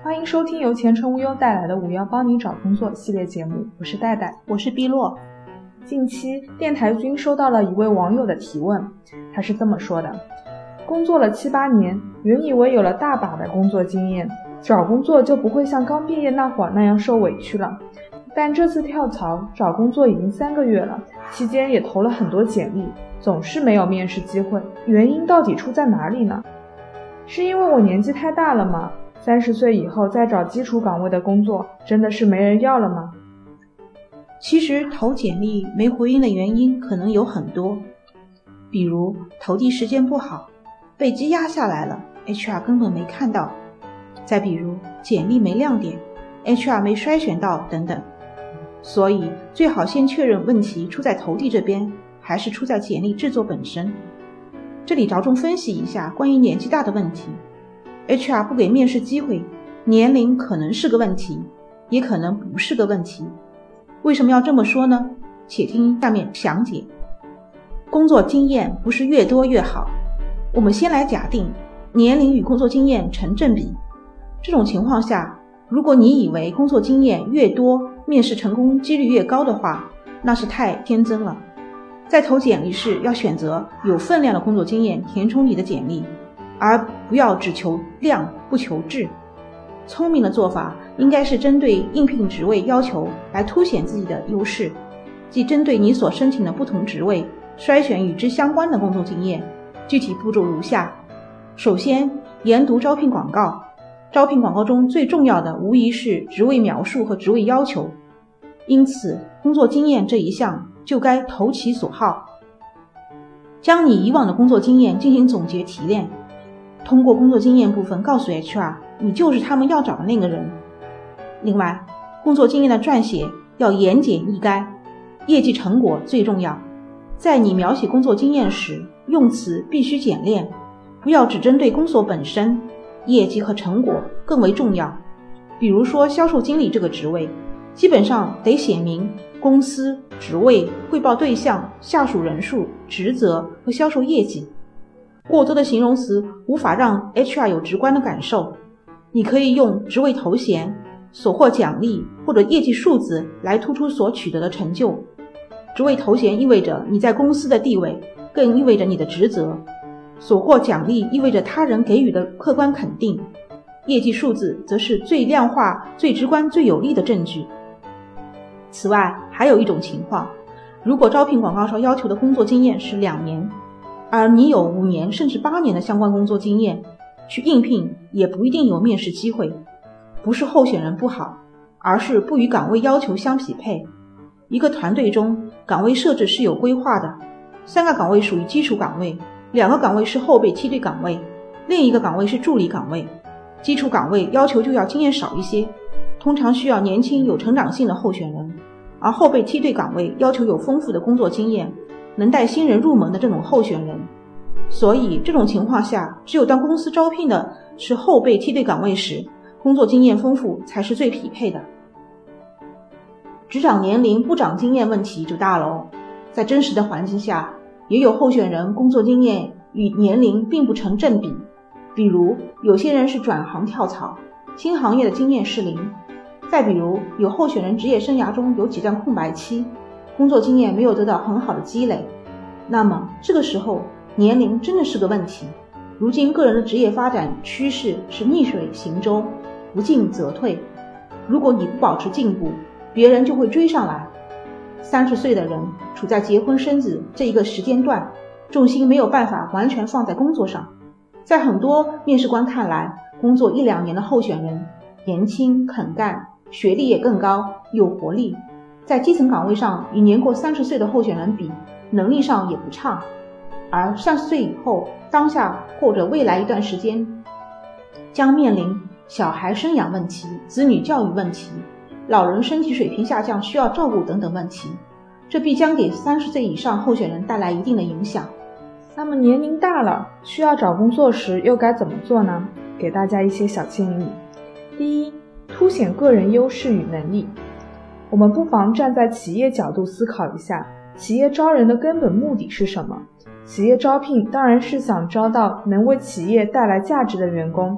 欢迎收听由前程无忧带来的5幺帮你找工作系列节目，我是戴戴， 我是碧落。 近期电台君收到了一位网友的提问，他是这么说的：工作了7、8年，原以为有了大把的工作经验，找工作就不会像刚毕业那会儿那样受委屈了。但这次跳槽找工作已经3个月了，期间也投了很多简历，总是没有面试机会，原因到底出在哪里呢？是因为我年纪太大了吗？30岁以后再找基础岗位的工作，真的是没人要了吗？ 其实投简历没回音的原因可能有很多，比如投递时间不好，被积压下来了， HR 根本没看到，再比如简历没亮点， HR 没筛选到等等。所以最好先确认问题出在投递这边，还是出在简历制作本身。这里着重分析一下关于年纪大的问题。HR 不给面试机会，年龄可能是个问题，也可能不是个问题。为什么要这么说呢？且听下面详解。工作经验不是越多越好，我们先来假定年龄与工作经验成正比。这种情况下，如果你以为工作经验越多，面试成功几率越高的话，那是太天真了。在投简历时要选择有分量的工作经验填充你的简历，而不要只求量不求质。聪明的做法应该是针对应聘职位要求来凸显自己的优势，即针对你所申请的不同职位筛选与之相关的工作经验。具体步骤如下：首先，研读招聘广告。招聘广告中最重要的无疑是职位描述和职位要求，因此工作经验这一项就该投其所好。将你以往的工作经验进行总结提炼，通过工作经验部分告诉 HR 你就是他们要找的那个人。另外，工作经验的撰写要言简意赅，业绩成果最重要。在你描写工作经验时，用词必须简练，不要只针对工作本身，业绩和成果更为重要。比如说销售经理这个职位，基本上得写明公司、职位、汇报对象、下属人数、职责和销售业绩。过多的形容词无法让 HR 有直观的感受，你可以用职位头衔、所获奖励或者业绩数字来突出所取得的成就。职位头衔意味着你在公司的地位，更意味着你的职责。所获奖励意味着他人给予的客观肯定，业绩数字则是最量化、最直观、最有力的证据。此外，还有一种情况，如果招聘广告上要求的工作经验是2年，而你有5年甚至8年的相关工作经验，去应聘也不一定有面试机会。不是候选人不好，而是不与岗位要求相匹配。一个团队中，岗位设置是有规划的，3个岗位属于基础岗位，2个岗位是后备梯队岗位，另一个岗位是助理岗位。基础岗位要求就要经验少一些，通常需要年轻有成长性的候选人，而后备梯队岗位要求有丰富的工作经验，能带新人入门的这种候选人。所以这种情况下，只有当公司招聘的是后备梯队岗位时，工作经验丰富才是最匹配的。只涨年龄不涨经验问题就大了哦。在真实的环境下，也有候选人工作经验与年龄并不成正比。比如有些人是转行跳槽，新行业的经验是0。再比如有候选人职业生涯中有几段空白期，工作经验没有得到很好的积累。那么这个时候年龄真的是个问题。如今个人的职业发展趋势是逆水行舟，不进则退。如果你不保持进步，别人就会追上来。30岁的人处在结婚生子这一个时间段，重心没有办法完全放在工作上。在很多面试官看来，工作1、2年的候选人年轻肯干，学历也更高，有活力，在基层岗位上与年过30岁的候选人比，能力上也不差。而30岁以后，当下或者未来一段时间将面临小孩生养问题、子女教育问题、老人身体水平下降需要照顾等等问题，这必将给30岁以上候选人带来一定的影响。 那么年龄大了，需要找工作时又该怎么做呢？给大家一些小建议。第一，凸显个人优势与能力。我们不妨站在企业角度思考一下，企业招人的根本目的是什么？企业招聘当然是想招到能为企业带来价值的员工，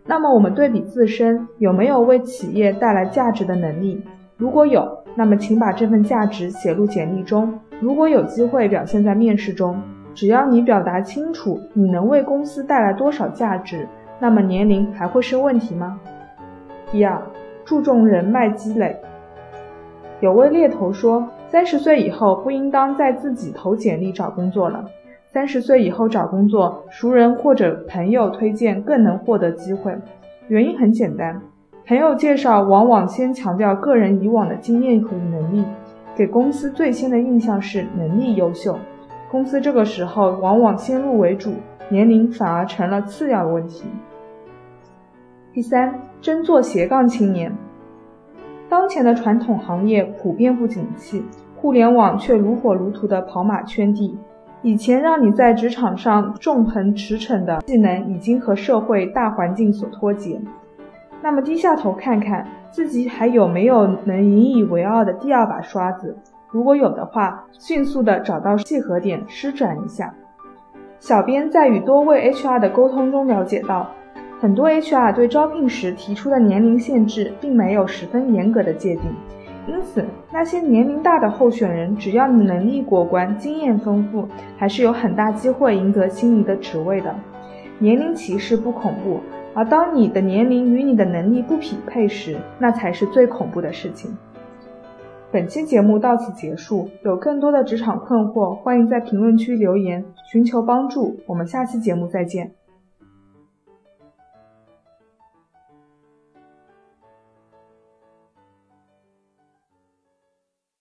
那么我们对比自身有没有为企业带来价值的能力，如果有，那么请把这份价值写入简历中，如果有机会表现在面试中，只要你表达清楚你能为公司带来多少价值，那么年龄还会是问题吗？第二，注重人脉积累。有位猎头说，30岁以后不应当再自己投简历找工作了，30岁以后找工作，熟人或者朋友推荐更能获得机会。原因很简单，朋友介绍往往先强调个人以往的经验和能力，给公司最先的印象是能力优秀，公司这个时候往往先入为主，年龄反而成了次要的问题。第三，争做斜杠青年。当前的传统行业普遍不景气，互联网却如火如荼的跑马圈地。以前让你在职场上纵横驰骋的技能已经和社会大环境所脱节。那么低下头看看自己还有没有能引以为傲的第二把刷子，如果有的话，迅速的找到契合点施展一下。小编在与多位 HR 的沟通中了解到，很多 HR 对招聘时提出的年龄限制并没有十分严格的界定，因此那些年龄大的候选人，只要你能力过关，经验丰富，还是有很大机会赢得心仪的职位的。年龄歧视不恐怖，而当你的年龄与你的能力不匹配时，那才是最恐怖的事情。本期节目到此结束，有更多的职场困惑，欢迎在评论区留言寻求帮助，我们下期节目再见。